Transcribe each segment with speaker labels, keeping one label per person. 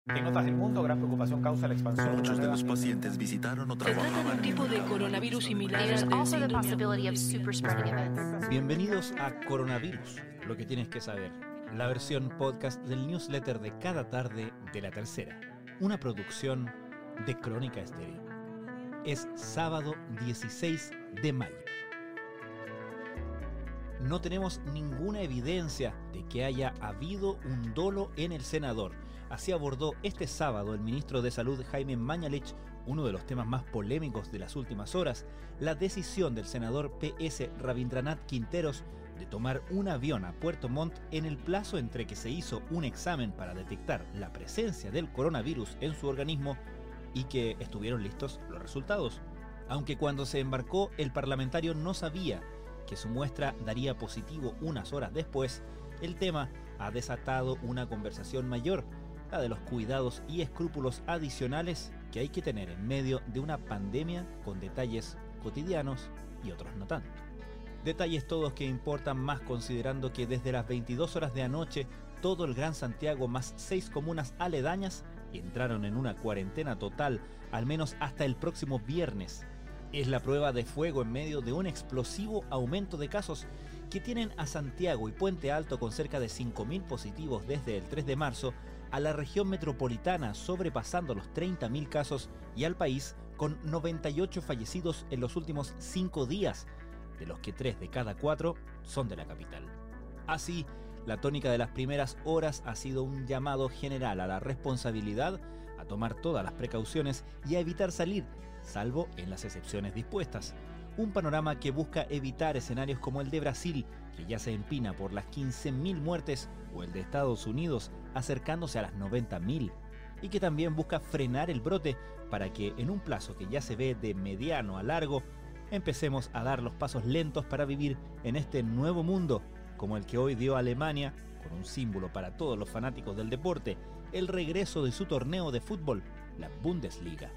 Speaker 1: En notas del mundo, gran preocupación causa la expansión.
Speaker 2: Muchos de los pacientes visitaron o
Speaker 3: Se trata de un
Speaker 2: trabajaban
Speaker 3: tipo de coronavirus similar
Speaker 4: There's
Speaker 3: al
Speaker 4: also the
Speaker 3: síndrome
Speaker 4: possibility of super spreading events.
Speaker 5: Bienvenidos a Coronavirus, lo que tienes que saber, la versión podcast del newsletter de cada tarde de La Tercera, una producción de Crónica Estéreo. Es sábado 16 de mayo. No tenemos ninguna evidencia de que haya habido un dolo en el senador. Así abordó este sábado el ministro de Salud Jaime Mañalich, uno de los temas más polémicos de las últimas horas, la decisión del senador PS Rabindranath Quinteros de tomar un avión a Puerto Montt en el plazo entre que se hizo un examen para detectar la presencia del coronavirus en su organismo y que estuvieron listos los resultados. Aunque cuando se embarcó el parlamentario no sabía que su muestra daría positivo unas horas después, el tema ha desatado una conversación mayor, la de los cuidados y escrúpulos adicionales que hay que tener en medio de una pandemia con detalles cotidianos y otros no tanto. Detalles todos que importan más considerando que desde las 22 horas de anoche todo el Gran Santiago más 6 comunas aledañas entraron en una cuarentena total, al menos hasta el próximo viernes. Es la prueba de fuego en medio de un explosivo aumento de casos que tienen a Santiago y Puente Alto con cerca de 5.000 positivos desde el 3 de marzo, a la región metropolitana sobrepasando los 30.000 casos y al país con 98 fallecidos en los últimos 5 días, de los que 3 de cada 4 son de la capital. Así, la tónica de las primeras horas ha sido un llamado general a la responsabilidad, a tomar todas las precauciones y a evitar salir, salvo en las excepciones dispuestas. Un panorama que busca evitar escenarios como el de Brasil, que ya se empina por las 15.000 muertes, o el de Estados Unidos, acercándose a las 90.000, y que también busca frenar el brote para que en un plazo que ya se ve de mediano a largo, empecemos a dar los pasos lentos para vivir en este nuevo mundo, como el que hoy dio Alemania, con un símbolo para todos los fanáticos del deporte, el regreso de su torneo de fútbol, la Bundesliga.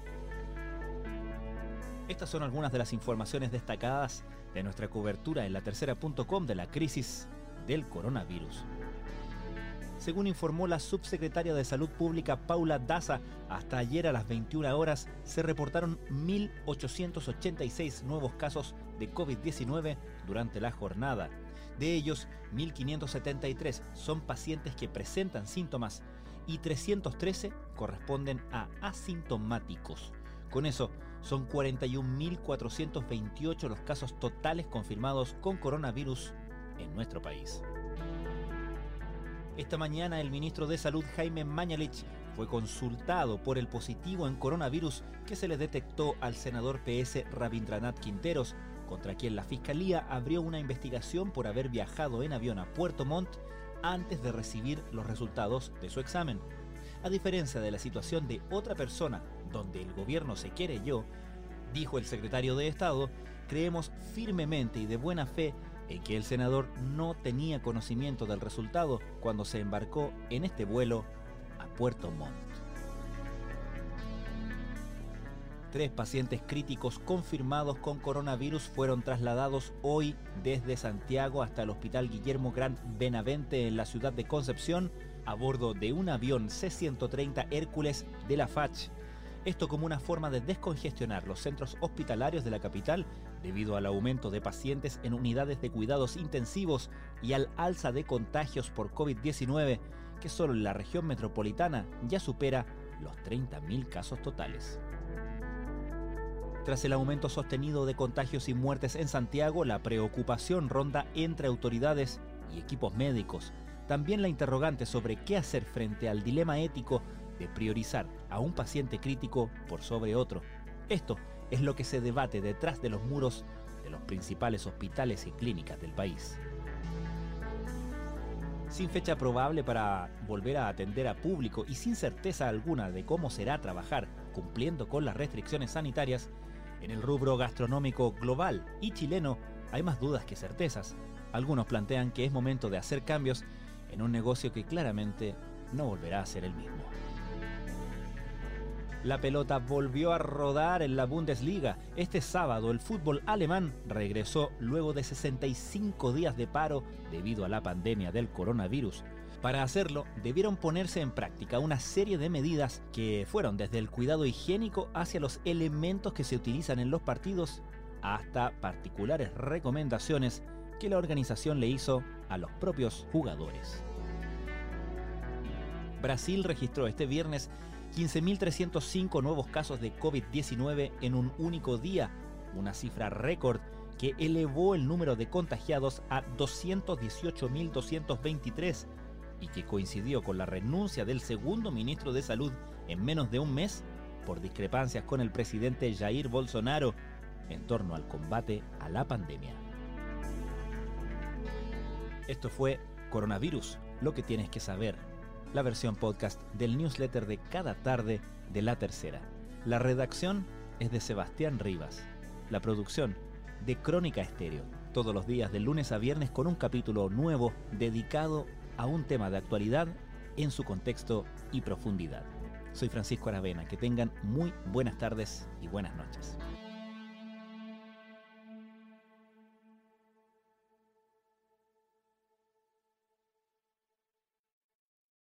Speaker 5: Estas son algunas de las informaciones destacadas de nuestra cobertura en latercera.com de la crisis del coronavirus. Según informó la subsecretaria de Salud Pública Paula Daza, hasta ayer a las 21 horas se reportaron 1.886 nuevos casos de COVID-19 durante la jornada. De ellos, 1.573 son pacientes que presentan síntomas y 313 corresponden a asintomáticos. Con eso, son 41.428 los casos totales confirmados con coronavirus en nuestro país. Esta mañana el ministro de Salud Jaime Mañalich fue consultado por el positivo en coronavirus que se le detectó al senador PS Rabindranath Quinteros, contra quien la Fiscalía abrió una investigación por haber viajado en avión a Puerto Montt antes de recibir los resultados de su examen. A diferencia de la situación de otra persona donde el gobierno se querelló, dijo el secretario de Estado, creemos firmemente y de buena fe en que el senador no tenía conocimiento del resultado cuando se embarcó en este vuelo a Puerto Montt. 3 pacientes críticos confirmados con coronavirus fueron trasladados hoy desde Santiago hasta el Hospital Guillermo Grant Benavente en la ciudad de Concepción a bordo de un avión C-130 Hércules de la FACH. Esto como una forma de descongestionar los centros hospitalarios de la capital debido al aumento de pacientes en unidades de cuidados intensivos y al alza de contagios por COVID-19, que solo en la región metropolitana ya supera los 30.000 casos totales. Tras el aumento sostenido de contagios y muertes en Santiago, la preocupación ronda entre autoridades y equipos médicos. También la interrogante sobre qué hacer frente al dilema ético de priorizar a un paciente crítico por sobre otro. Esto es lo que se debate detrás de los muros de los principales hospitales y clínicas del país. Sin fecha probable para volver a atender a público y sin certeza alguna de cómo será trabajar cumpliendo con las restricciones sanitarias, en el rubro gastronómico global y chileno hay más dudas que certezas. Algunos plantean que es momento de hacer cambios en un negocio que claramente no volverá a ser el mismo. La pelota volvió a rodar en la Bundesliga. Este sábado el fútbol alemán regresó luego de 65 días de paro debido a la pandemia del coronavirus. Para hacerlo, debieron ponerse en práctica una serie de medidas que fueron desde el cuidado higiénico hacia los elementos que se utilizan en los partidos hasta particulares recomendaciones que la organización le hizo a los propios jugadores. Brasil registró este viernes 15.305 nuevos casos de COVID-19 en un único día, una cifra récord que elevó el número de contagiados a 218.223 y que coincidió con la renuncia del segundo ministro de Salud en menos de un mes por discrepancias con el presidente Jair Bolsonaro en torno al combate a la pandemia. Esto fue Coronavirus, lo que tienes que saber, la versión podcast del newsletter de cada tarde de La Tercera. La redacción es de Sebastián Rivas, la producción de Crónica Estéreo, todos los días de lunes a viernes con un capítulo nuevo dedicado a un tema de actualidad en su contexto y profundidad. Soy Francisco Aravena, que tengan muy buenas tardes y buenas noches.